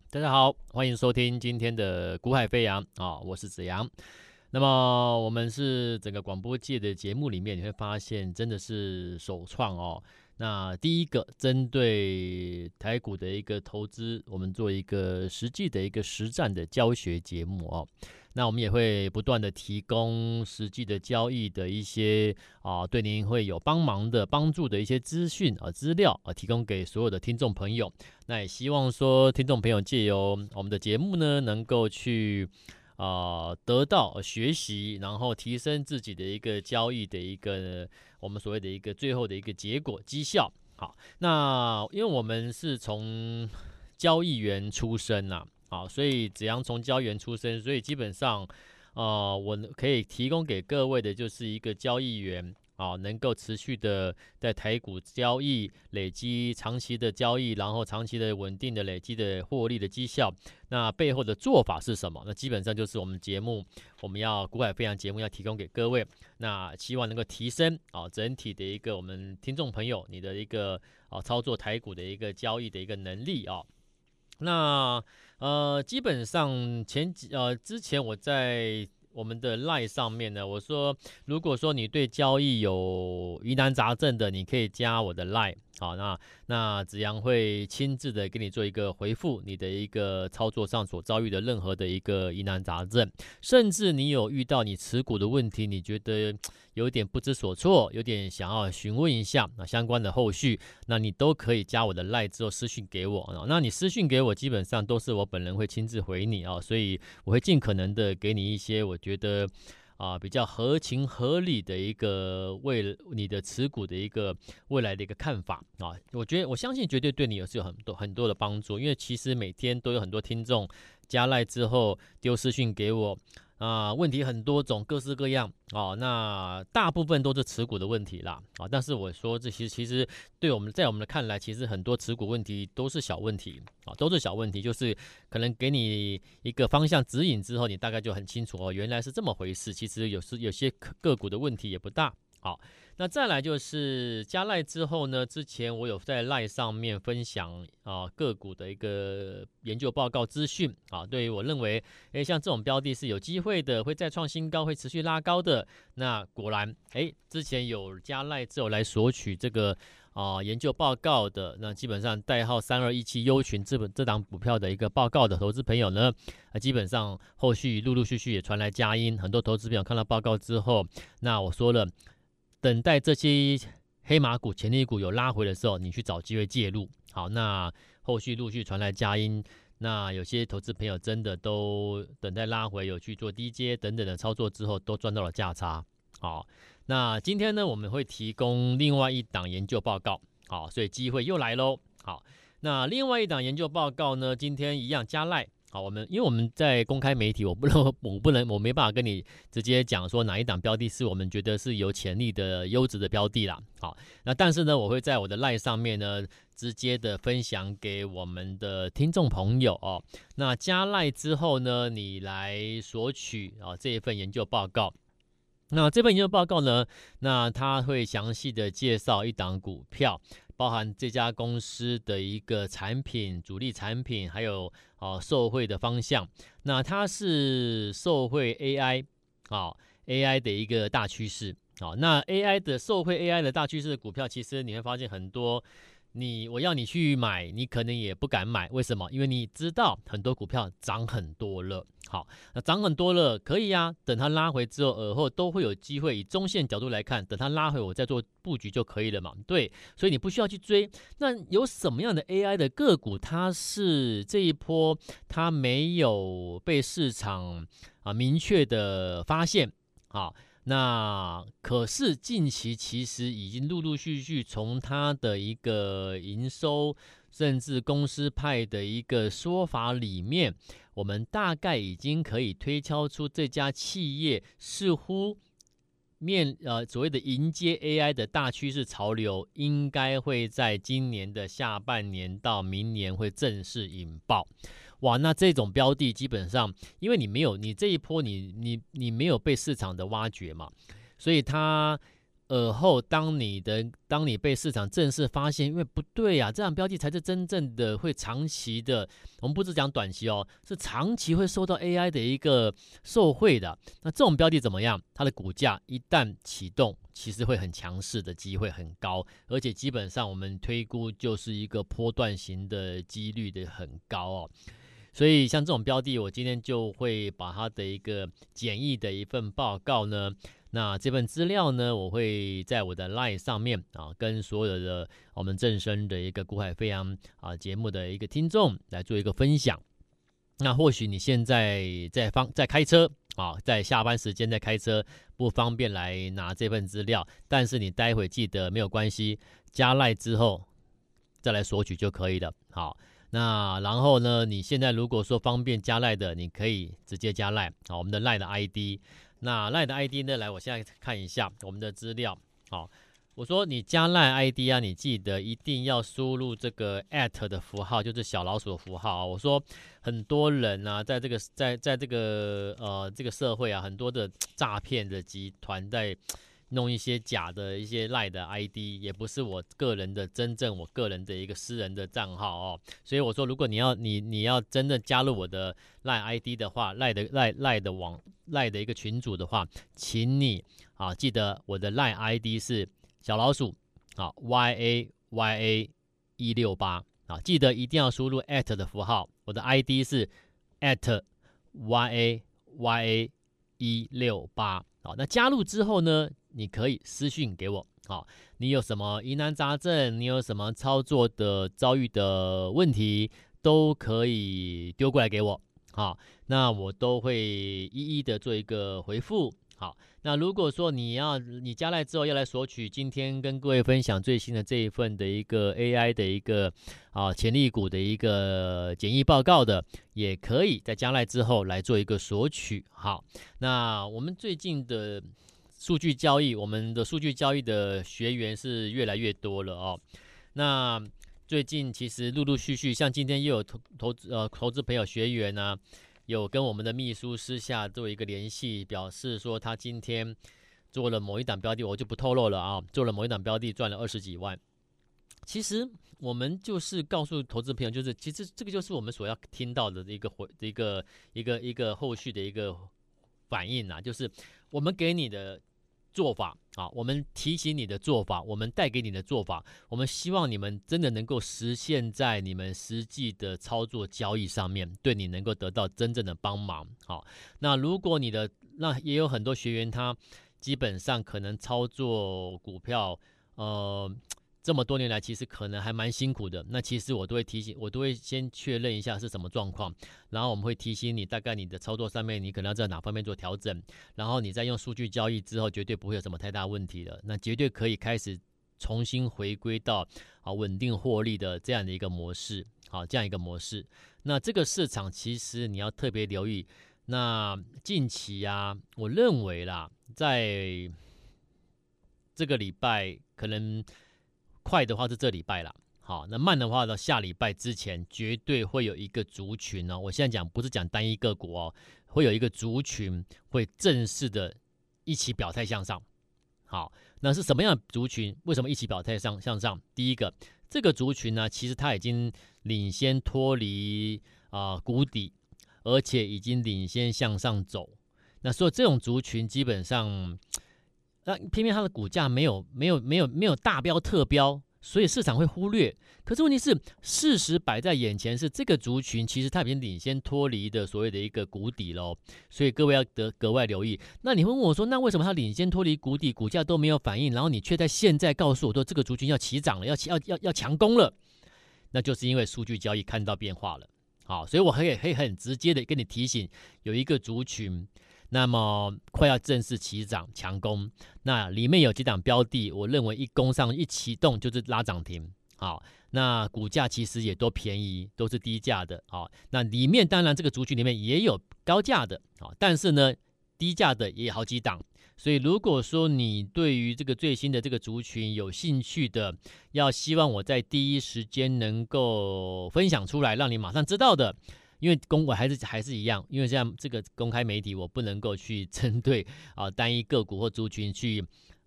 大家好，欢迎收听今天的股海飞扬我是子阳。那么我们是整个广播界的节目里面，你会发现真的是首创哦。那第一个针对台股的一个投资，我们做一个实际的一个实战的教学节目哦。那我们也会不断的提供实际的交易的一些对您会有帮助的一些资讯资料提供给所有的听众朋友。那也希望说听众朋友借由我们的节目呢，能够去得到学习，然后提升自己的一个交易的一个我们所谓的一个最后的一个结果绩效。好，那因为我们是从交易员出身好，所以子阳从交易员出身，所以基本上我可以提供给各位的就是一个交易员能够持续的在台股交易，累积长期的交易，然后长期的稳定的累积的获利的绩效。那背后的做法是什么？那基本上就是我们节目，我们要股海飞扬节目要提供给各位，那希望能够提升整体的一个我们听众朋友你的一个操作台股的一个交易的一个能力那基本上之前我在我们的 LINE 上面呢，我说如果说你对交易有疑难杂症的，你可以加我的 LINE。好，那子阳会亲自的给你做一个回复，你的一个操作上所遭遇的任何的一个疑难杂症，甚至你有遇到你持股的问题，你觉得有点不知所措，有点想要询问一下相关的后续，那你都可以加我的 LINE 之后私讯给我那你私讯给我，基本上都是我本人会亲自回你所以我会尽可能的给你一些我觉得比较合情合理的一个为你的持股的一个未来的一个看法我相信绝对对你有很多的帮助，因为其实每天都有很多听众加赖之后丢私讯给我问题很多种，各式各样那大部分都是持股的问题啦但是我说这其实在我们的看来，其实很多持股问题都是小问题都是小问题，就是可能给你一个方向指引之后，你大概就很清楚原来是这么回事。其实有些个股的问题也不大。好，那再来就是加赖之后呢，之前我有在赖上面分享个股的一个研究报告资讯对于我认为像这种标的是有机会的，会再创新高，会持续拉高的。那果然之前有加赖之后来索取这个研究报告的，那基本上代号3217优群这档股票的一个报告的投资朋友呢基本上后续陆陆续续也传来佳音，很多投资朋友看到报告之后，那我说了，等待这些黑马股、潜力股有拉回的时候，你去找机会介入。好，那后续陆续传来佳音，那有些投资朋友真的都等待拉回，有去做低阶等等的操作之后，都赚到了价差。好，那今天呢，我们会提供另外一档研究报告。好，所以机会又来咯。好，那另外一档研究报告呢，今天一样加赖。好，因为我们在公开媒体，我没办法跟你直接讲说哪一档标的是我们觉得是有潜力的优质的标的啦。好，那但是呢，我会在我的 LINE 上面呢，直接的分享给我们的听众朋友那加 LINE 之后呢，你来索取这一份研究报告。那这份研究报告呢，那它会详细的介绍一档股票，包含这家公司的一个产品、主力产品，还有受惠的方向。那它是受惠 AI 的一个大趋势那受惠 AI 的大趋势的股票，其实你会发现很多。我要你去买，你可能也不敢买，为什么？因为你知道很多股票涨很多了。好，那涨很多了可以等它拉回之后，尔后都会有机会。以中线角度来看，等它拉回，我再做布局就可以了嘛。对，所以你不需要去追。那有什么样的 AI 的个股，它是这一波它没有被市场明确的发现那可是近期其实已经陆陆续续从它的一个营收，甚至公司派的一个说法里面，我们大概已经可以推敲出这家企业似乎所谓的迎接 AI 的大趋势潮流，应该会在今年的下半年到明年会正式引爆。哇，那这种标的基本上，因为你这一波你没有被市场的挖掘嘛，所以它尔后，当你被市场正式发现，因为不对啊，这样标的才是真正的会长期的，我们不是讲短期哦，是长期会受到 AI 的一个受惠的。那这种标的怎么样？它的股价一旦启动，其实会很强势的机会很高，而且基本上我们推估就是一个波段型的几率的很高哦。所以像这种标的，我今天就会把它的一个简易的一份报告呢，那这份资料呢，我会在我的 LINE 上面啊，跟所有的我们正声的一个股海飞扬啊节目的一个听众来做一个分享。那或许你现在在开车啊，在下班时间在开车，不方便来拿这份资料，但是你待会记得没有关系，加 LINE 之后再来索取就可以了。好。那然后呢？你现在如果说方便加 LINE 的，你可以直接加 LINE 好，我们的 LINE 的 ID。那 LINE 的 ID 呢？来，我现在看一下我们的资料。好，我说你加 LINE ID 啊，你记得一定要输入这个 at 的符号，就是小老鼠的符号啊。我说很多人啊，在这个这个社会啊，很多的诈骗的集团在弄一些假的一些 LINE 的 ID， 也不是我个人的我个人的一个私人的账号哦。所以我说，如果你要真的加入我的 LINE ID 的话，LINE 的一个群组的话，请你啊记得我的 LINE ID 是小老鼠啊 YAYA168啊，记得一定要输入 at 的符号，我的 ID 是 at YAYA168。好，那加入之后呢，你可以私讯给我。好，你有什么疑难杂症，你有什么操作的遭遇的问题，都可以丢过来给我。好，那我都会一一的做一个回复。好，那如果说你加来之后要来索取今天跟各位分享最新的这一份的一个 AI 的一个潜力股的一个简易报告的，也可以在加来之后来做一个索取。好，那我们最近的数据交易，我们的数据交易的学员是越来越多了哦。那最近其实陆陆续续，像今天又有投资朋友学员啊，有跟我们的秘书私下做一个联系，表示说他今天做了某一档标的，我就不透露了啊，做了某一档标的赚了20几万。其实我们就是告诉投资朋友，就是其实这个就是我们所要听到的一个后续的一个反应啊，就是我们给你的做法啊，我们提醒你的做法，我们带给你的做法，我们希望你们真的能够实现在你们实际的操作交易上面，对你能够得到真正的帮忙。好，那如果那也有很多学员他基本上可能操作股票，这么多年来其实可能还蛮辛苦的，那其实我都会提醒，我都会先确认一下是什么状况，然后我们会提醒你大概你的操作上面你可能要在哪方面做调整，然后你再用数据交易之后绝对不会有什么太大问题的，那绝对可以开始重新回归到稳定获利的这样的一个模式。好，这样一个模式，那这个市场其实你要特别留意。那近期啊，我认为啦，在这个礼拜可能快的话是这礼拜啦，好，那慢的话到下礼拜之前，绝对会有一个族群哦。我现在讲不是讲单一个股哦，会有一个族群会正式的一起表态向上。好，那是什么样的族群？为什么一起表态向上？第一个，这个族群呢，其实它已经领先脱离谷底，而且已经领先向上走。那所以这种族群基本上。那偏偏它的股价没有大标特标，所以市场会忽略。可是问题是，事实摆在眼前是这个族群其实它已经领先脱离的所谓的一个谷底喽，所以各位要格外留意。那你会问我说，那为什么它领先脱离谷底，股价都没有反应，然后你却在现在告诉我说这个族群要起涨了，要强攻了？那就是因为数据交易看到变化了。好，所以我可以很直接的跟你提醒，有一个族群。那么快要正式起涨强攻，那里面有几档标的，我认为一攻上一启动就是拉涨停。好，那股价其实也都便宜，都是低价的。好，那里面当然这个族群里面也有高价的，好，但是呢低价的也有好几档。所以如果说你对于这个最新的这个族群有兴趣的，要希望我在第一时间能够分享出来，让你马上知道的。因为我还是一样，因为这个公开媒体我不能够去针对单一个股或族群去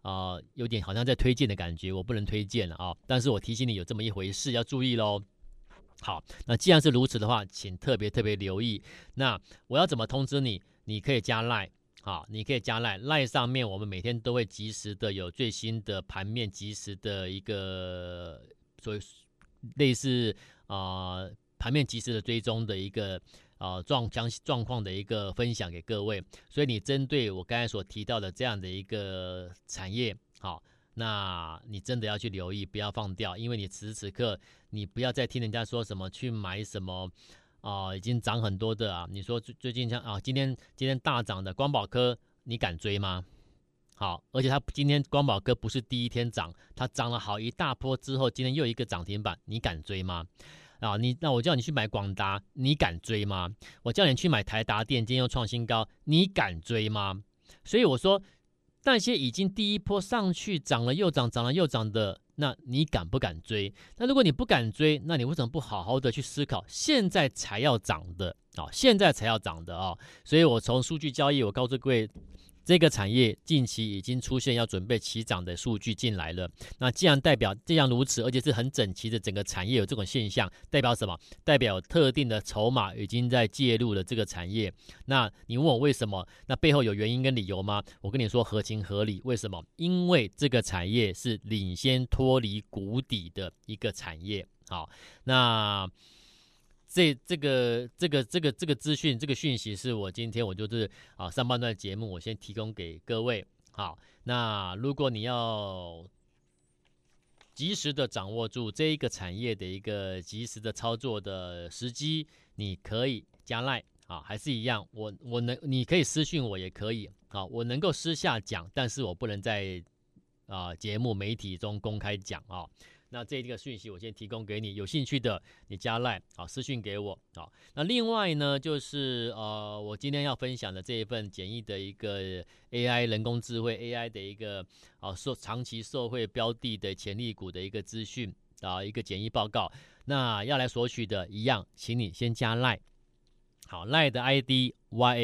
有点好像在推荐的感觉，我不能推荐了啊。但是我提醒你有这么一回事，要注意咯。好，那既然是如此的话，请特别留意。那我要怎么通知你？你可以加 LINE。好，你可以加 LINE 上面，我们每天都会及时的有最新的盘面，及时的一个所谓类似盘面及时的追踪的一个状况的一个分享给各位。所以你针对我刚才所提到的这样的一个产业，好，那你真的要去留意，不要放掉，因为你此时此刻你不要再听人家说什么去买什么。已经涨很多的啊！你说最近像今天大涨的光宝科，你敢追吗？好，而且它今天光宝科不是第一天涨，它涨了好一大波之后，今天又一个涨停板，你敢追吗？那我叫你去买广达，你敢追吗？我叫你去买台达电，今天又创新高，你敢追吗？所以我说，那些已经第一波上去涨了又涨，涨了又涨的。那你敢不敢追？那如果你不敢追，那你为什么不好好的去思考？现在才要涨的现在才要涨的所以我从数据交易，我告诉各位，这个产业近期已经出现要准备起涨的数据进来了。那既然代表这样如此，而且是很整齐的整个产业有这种现象，代表什么？代表特定的筹码已经在介入了这个产业。那你问我为什么？那背后有原因跟理由吗？我跟你说合情合理。为什么？因为这个产业是领先脱离谷底的一个产业。好，那这个资讯，这个讯息是我今天我就是上半段节目我先提供给各位。好，那如果你要及时的掌握住这一个产业的一个及时的操作的时机，你可以加 LINE 还是一样，你可以私讯我也可以我能够私下讲，但是我不能在节目媒体中公开讲那这个讯息我先提供给你，有兴趣的你加 LINE 私讯给我那另外呢，就是我今天要分享的这一份简易的一个 AI 人工智慧 AI 的一个长期受惠标的的潜力股的一个资讯一个简易报告。那要来索取的一样，请你先加 LINE。好 ，LINE 的 ID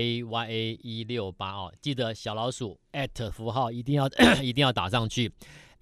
YAYA168记得小老鼠 @ 符号一定要打上去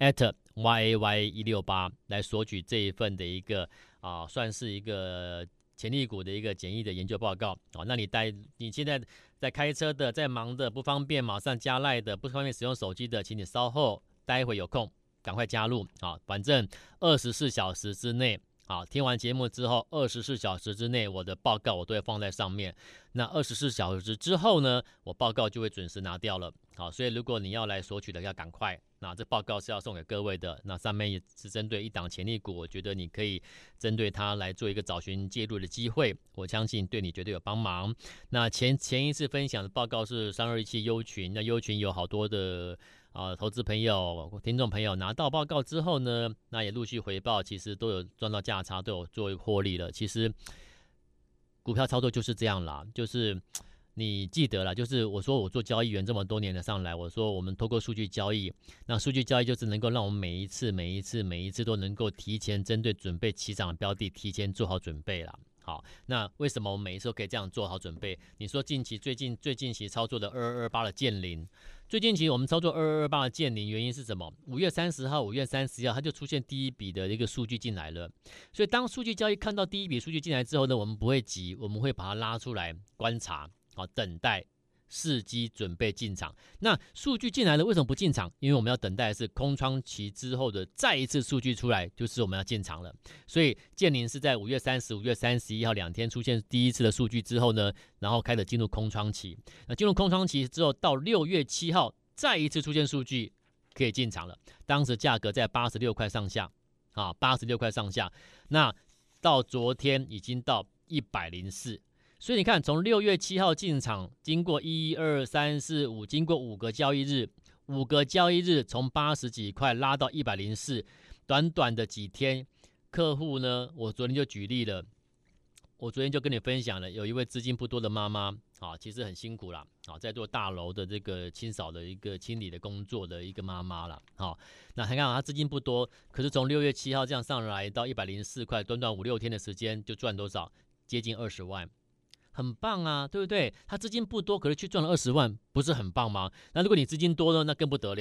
@YAYA168来索取这一份的一个算是一个潜力股的一个简易的研究报告那你现在在开车的，在忙的，不方便马上加 LINE 的，不方便使用手机的，请你稍后待会有空赶快加入反正24小时之内。好，听完节目之后，24小时之内，我的报告我都会放在上面。那24小时之后呢，我报告就会准时拿掉了。好，所以如果你要来索取的，要赶快。那这报告是要送给各位的。那上面也是针对一档潜力股，我觉得你可以针对它来做一个找寻介入的机会，我相信对你绝对有帮忙。那前一次分享的报告是3217优群，那优群有好多的。投资朋友、听众朋友拿到报告之后呢，那也陆续回报，其实都有赚到价差，都有做获利了。其实股票操作就是这样啦，就是你记得啦，就是我说我做交易员这么多年的上来，我说我们透过数据交易，那数据交易就是能够让我们每一次都能够提前针对准备起涨的标的提前做好准备啦。好，那为什么我们每一次都可以这样做好准备？你说最近期操作的2228的建霖，最近期我们操作2228的建霖，原因是什么？5月30号、5月30号，它就出现第一笔的一个数据进来了。所以当数据交易看到第一笔数据进来之后呢，我们不会急，我们会把它拉出来观察，等待伺机准备进场。那数据进来了，为什么不进场？因为我们要等待的是空窗期之后的再一次数据出来，就是我们要进场了。所以建霖是在5月30、5月31号2天出现第一次的数据之后呢，然后开始进入空窗期。那进入空窗期之后，到6月7号再一次出现数据，可以进场了。当时价格在86块上下，86块上下。那到昨天已经到104。所以你看，从6月7号进场，经过1、2、3、4、5，经过5个交易日从80几块拉到104，短短的几天，客户呢，我昨天就举例了，我昨天就跟你分享了，有一位资金不多的妈妈其实很辛苦啦在做大楼的这个清扫的一个清理的工作的一个妈妈啦那你看她资金不多，可是从6月7号这样上来到104块，短短5、6天的时间就赚多少？接近20万。很棒啊，对不对？他资金不多，可是去赚了20万，不是很棒吗？那如果你资金多呢，那更不得了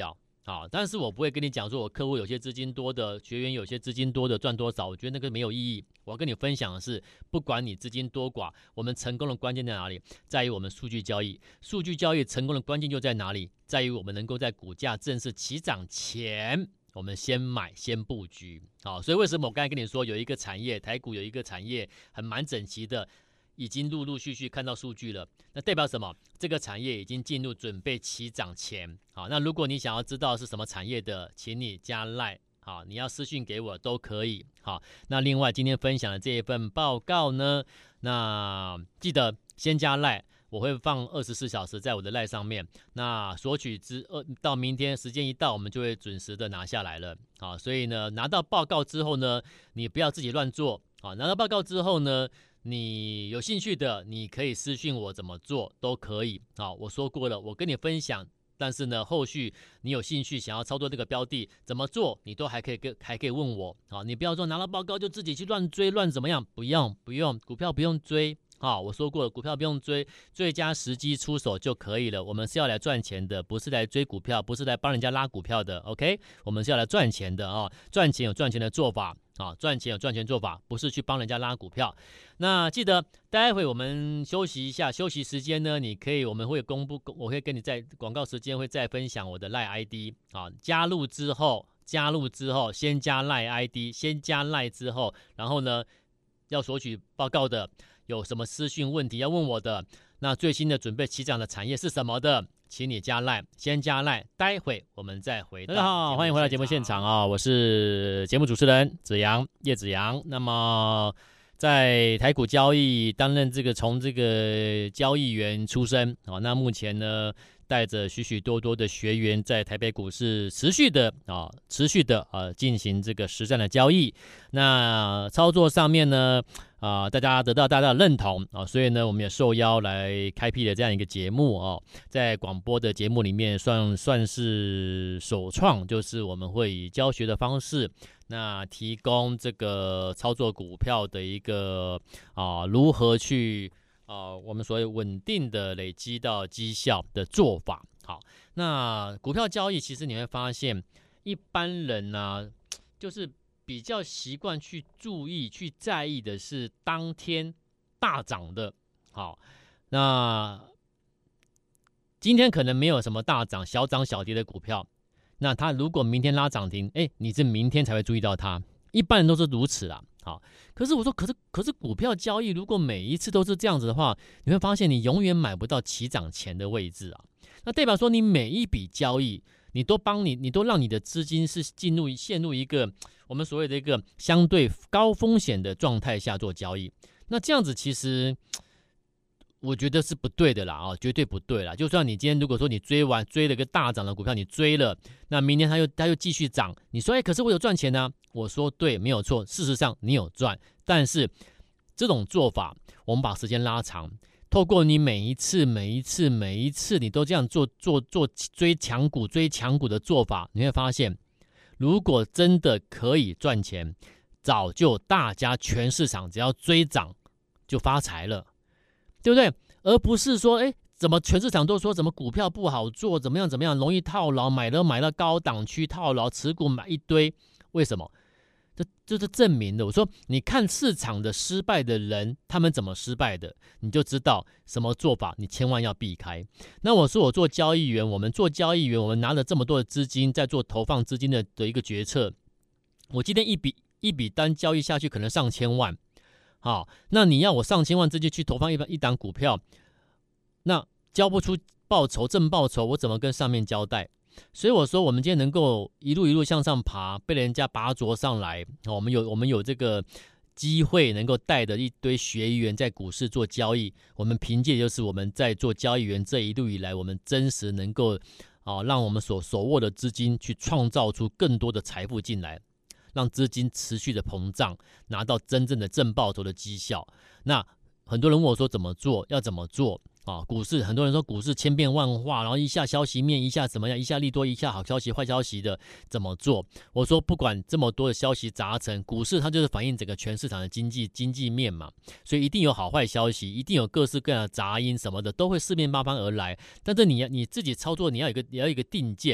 但是我不会跟你讲说我客户有些资金多的，学员有些资金多的赚多少，我觉得那个没有意义。我要跟你分享的是，不管你资金多寡，我们成功的关键在哪里？在于我们数据交易。数据交易成功的关键就在哪里？在于我们能够在股价正式起涨前，我们先买先布局。所以为什么我刚才跟你说有一个产业，台股有一个产业蛮整齐的，已经陆陆续续看到数据了，那代表什么？这个产业已经进入准备起涨前。那如果你想要知道是什么产业的，请你加 LINE， 你要私讯给我都可以。那另外今天分享的这一份报告呢，那记得先加 LINE， 我会放24小时在我的 LINE 上面，那索取到明天时间一到，我们就会准时的拿下来了。所以呢，拿到报告之后呢，你不要自己乱做。拿到报告之后呢，你有兴趣的，你可以私讯我怎么做都可以。我说过了，我跟你分享，但是呢，后续你有兴趣想要操作这个标的怎么做，你都还可以问我。你不要说拿到报告就自己去乱追乱怎么样，不用，股票不用追。我说过了，股票不用追，最佳时机出手就可以了。我们是要来赚钱的，不是来追股票，不是来帮人家拉股票的。OK， 我们是要来赚钱的。赚钱有赚钱的做法。赚钱有赚钱做法，不是去帮人家拉股票。那记得待会我们休息一下，休息时间呢，我们会公布，我会跟你在广告时间会再分享我的 LINE ID。加入之后先加 LINE ID， 先加 LINE 之后，然后呢要索取报告的，有什么私讯问题要问我的，那最新的准备起涨的产业是什么的，请你加 LINE， 先加 LINE， 待会我们再回到。大家好，欢迎回到节目现场我是节目主持人叶子阳。那么在台股交易担任从这个交易员出身，那目前呢带着许许多多的学员在台北股市持续的进行这个实战的交易。那操作上面呢大家得到大家的认同所以呢我们也受邀来开辟了这样一个节目在广播的节目里面算是首创，就是我们会以教学的方式，那提供这个操作股票的一个如何去我们所谓稳定的累积到绩效的做法。好，那股票交易其实你会发现，一般人就是比较习惯去注意、去在意的是当天大涨的。好，那今天可能没有什么大涨、小涨小跌的股票，那它如果明天拉涨停，你是明天才会注意到它。一般人都是如此啦。好，可是我说，可是股票交易如果每一次都是这样子的话，你会发现你永远买不到起涨前的位置那代表说你每一笔交易，你都让你的资金是陷入一个我们所谓的一个相对高风险的状态下做交易。那这样子其实我觉得是不对的啦绝对不对啦。就算你今天如果说你追了个大涨的股票，你追了，那明天它又继续涨，你说可是我有赚钱啊。我说对，没有错，事实上你有赚，但是这种做法我们把时间拉长，透过你每一次你都这样做追强股的做法，你会发现如果真的可以赚钱，早就大家全市场只要追涨就发财了，对不对？而不是说怎么全市场都说怎么股票不好做，怎么样容易套牢，买了高档区套牢，持股买一堆，为什么？这是证明的。我说你看市场的失败的人，他们怎么失败的，你就知道什么做法你千万要避开。那我说我做交易员，我们拿了这么多的资金在做投放资金的一个决策，我今天一笔单交易下去可能上千万。好，那你要我上千万资金去投放一档股票，那交不出正报酬，我怎么跟上面交代？所以我说我们今天能够一路向上爬，被人家拔擢上来，我们有这个机会能够带着一堆学员在股市做交易，我们凭借就是我们在做交易员这一路以来，我们真实能够让我们手握的资金去创造出更多的财富进来，让资金持续的膨胀，拿到真正的正报酬的绩效。那很多人问我说要怎么做股市，很多人说股市千变万化，然后一下消息面，一下怎么样，一下利多，一下好消息坏消息的，怎么做？我说不管这么多的消息杂陈，股市它就是反映整个全市场的经济面嘛，所以一定有好坏消息，一定有各式各样的杂音什么的，都会四面八方而来。但是你自己操作，你要有一个定见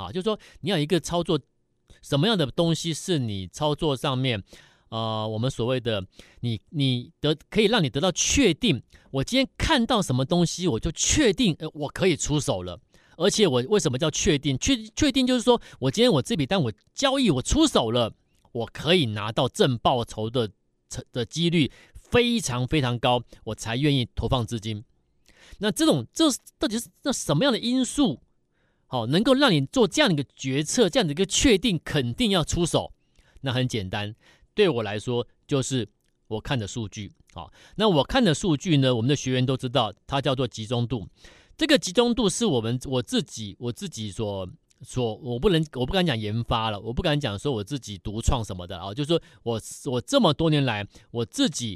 就是说你要有一个操作，什么样的东西是你操作上面，我们所谓的可以让你得到确定，我今天看到什么东西，我就确定，我可以出手了。而且我为什么叫确定？确定就是说我今天我这笔单我交易我出手了，我可以拿到正报酬的几率非常非常高，我才愿意投放资金。那这到底是什么样的因素，能够让你做这样的一个决策，这样的一个确定，肯定要出手？那很简单，对我来说就是我看的数据。那我看的数据呢，我们的学员都知道，它叫做集中度。这个集中度是我自己我不敢讲研发了，我不敢讲说我自己独创什么的就是说我这么多年来我自己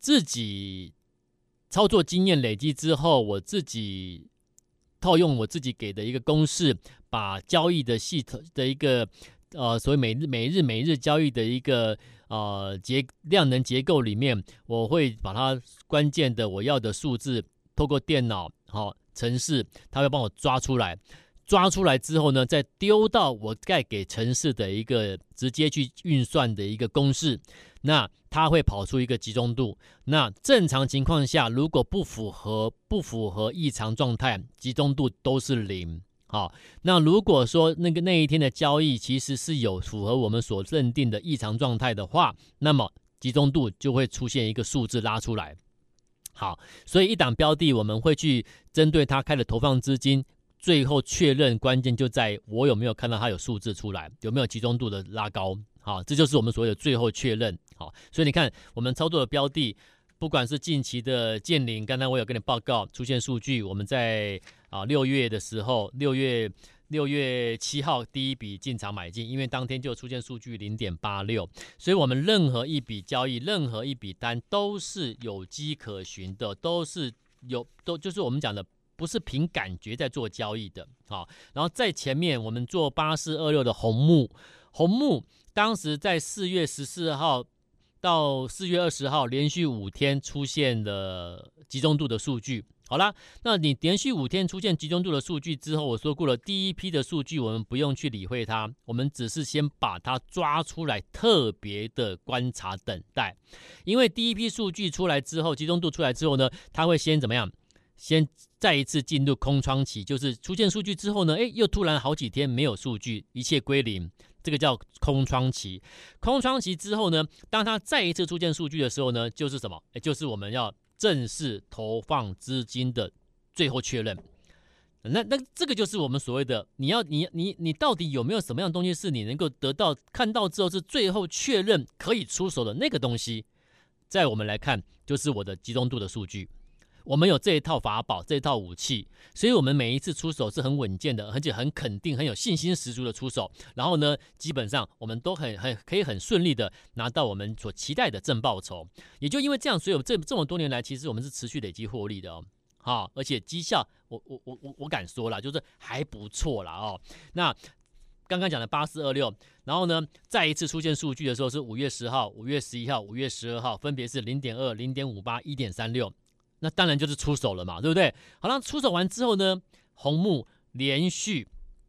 操作经验累积之后，我自己套用我自己给的一个公式，把交易的系统的一个所谓每日交易的一个量能结构里面，我会把它关键的我要的数字透过电脑程式，它会帮我抓出来之后呢，再丢到我该给程式的一个直接去运算的一个公式，那它会跑出一个集中度。那正常情况下，如果不符合异常状态，集中度都是0。那如果说那一天的交易其实是有符合我们所认定的异常状态的话，那么集中度就会出现一个数字拉出来。好，所以一档标的我们会去针对它开的投放资金，最后确认关键就在我有没有看到它有数字出来，有没有集中度的拉高。这就是我们所谓的最后确认。所以你看我们操作的标的，不管是近期的建霖，刚才我有跟你报告出现数据，我们在6月的时候，6月7号第一笔进场买进，因为当天就出现数据 0.86， 所以我们任何一笔交易，任何一笔单都是有迹可循的，都就是我们讲的不是凭感觉在做交易的。然后在前面我们做8426的红木当时在4月14号到4月20号连续5天出现了集中度的数据。好啦，那你连续5天出现集中度的数据之后，我说过了，第一批的数据我们不用去理会它，我们只是先把它抓出来，特别的观察等待。因为第一批数据出来之后，集中度出来之后呢，它会先怎么样？先再一次进入空窗期，就是出现数据之后呢，又突然好几天没有数据，一切归零，这个叫空窗期。空窗期之后呢，当它再一次出现数据的时候呢，就是什么？就是我们要正式投放资金的最后确认。那这个就是我们所谓的，你到底有没有什么样的东西是你能够得到看到之后是最后确认可以出手的那个东西？在我们来看，就是我的集中度的数据。我们有这一套法宝，这一套武器，所以我们每一次出手是很稳健的，而且很肯定，很有信心十足的出手。然后呢，基本上我们都可以很顺利的拿到我们所期待的正报酬。也就因为这样，所以这么多年来，其实我们是持续累积获利的而且绩效，我敢说啦，就是还不错啦那刚刚讲的8426，然后呢，再一次出现数据的时候是5月10号、5月11号、5月12号，分别是 0.2、0.58、1.36。那当然就是出手了嘛，对不对？好了，出手完之后呢，红木连续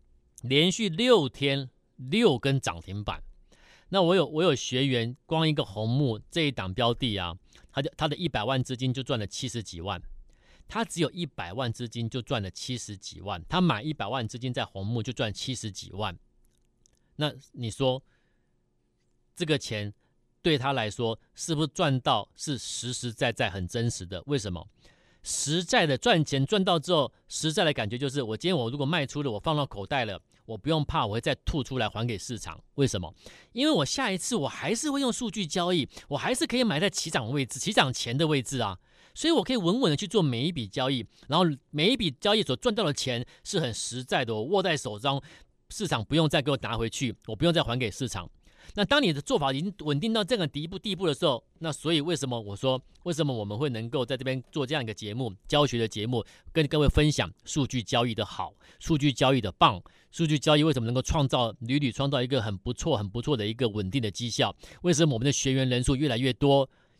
6天6根涨停板。那我有学员，光一个红木这一档标的他的100万资金就赚了70几万，他只有100万资金就赚了70几万，他买100万资金在红木就赚70几万。那你说这个钱对他来说是不是赚到是实实在在很真实的？为什么？实在的赚钱赚到之后，实在的感觉就是我今天我如果卖出了，我放到口袋了，我不用怕我会再吐出来还给市场。为什么？因为我下一次我还是会用数据交易，我还是可以买在起涨位置、起涨前的位置啊，所以我可以稳稳的去做每一笔交易，然后每一笔交易所赚到的钱是很实在的，我握在手中，市场不用再给我拿回去，我不用再还给市场。那当你的做法已经稳定到这个地步的时候，那所以为什么我们会能够在这边做这样一个节目，教学的节目，跟各位分享数据交易的好，数据交易的棒，数据交易为什么能够屡屡创造一个很不错的一个稳定的绩效？为什么我们的学员人数越来越多？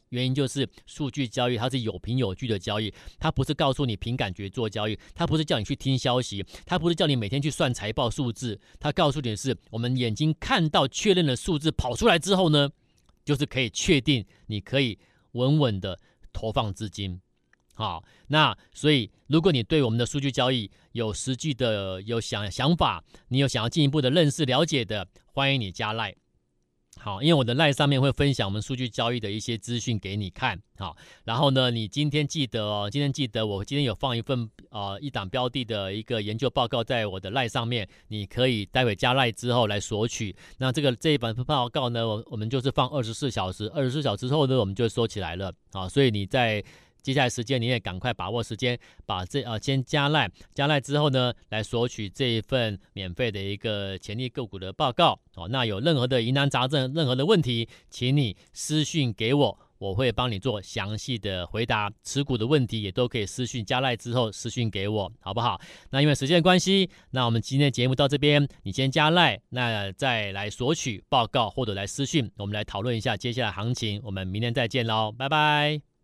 原因就是数据交易它是有凭有据的交易，它不是告诉你凭感觉做交易，它不是叫你去听消息，它不是叫你每天去算财报数字，它告诉你的是我们眼睛看到确认的数字跑出来之后呢，就是可以确定你可以稳稳的投放资金。好，那所以如果你对我们的数据交易有实际的想法，你有想要进一步的认识了解的，欢迎你加 LINE。好，因为我的 LINE 上面会分享我们数据交易的一些资讯给你看。好，然后呢，你今天记得我今天有放一档标的的一个研究报告在我的 LINE 上面，你可以待会加 LINE 之后来索取。那这一版报告呢，我们就是放24小时，24小时后呢，我们就收起来了。好，所以你在接下来时间你也赶快把握时间，把先加 LINE 之后呢，来索取这一份免费的一个潜力个股的报告。那有任何的疑难杂症、任何的问题，请你私讯给我，我会帮你做详细的回答。持股的问题也都可以私讯加 LINE 之后私讯给我，好不好？那因为时间的关系，那我们今天的节目到这边，你先加 LINE， 那再来索取报告或者来私讯，我们来讨论一下接下来行情。我们明天再见喽，拜拜。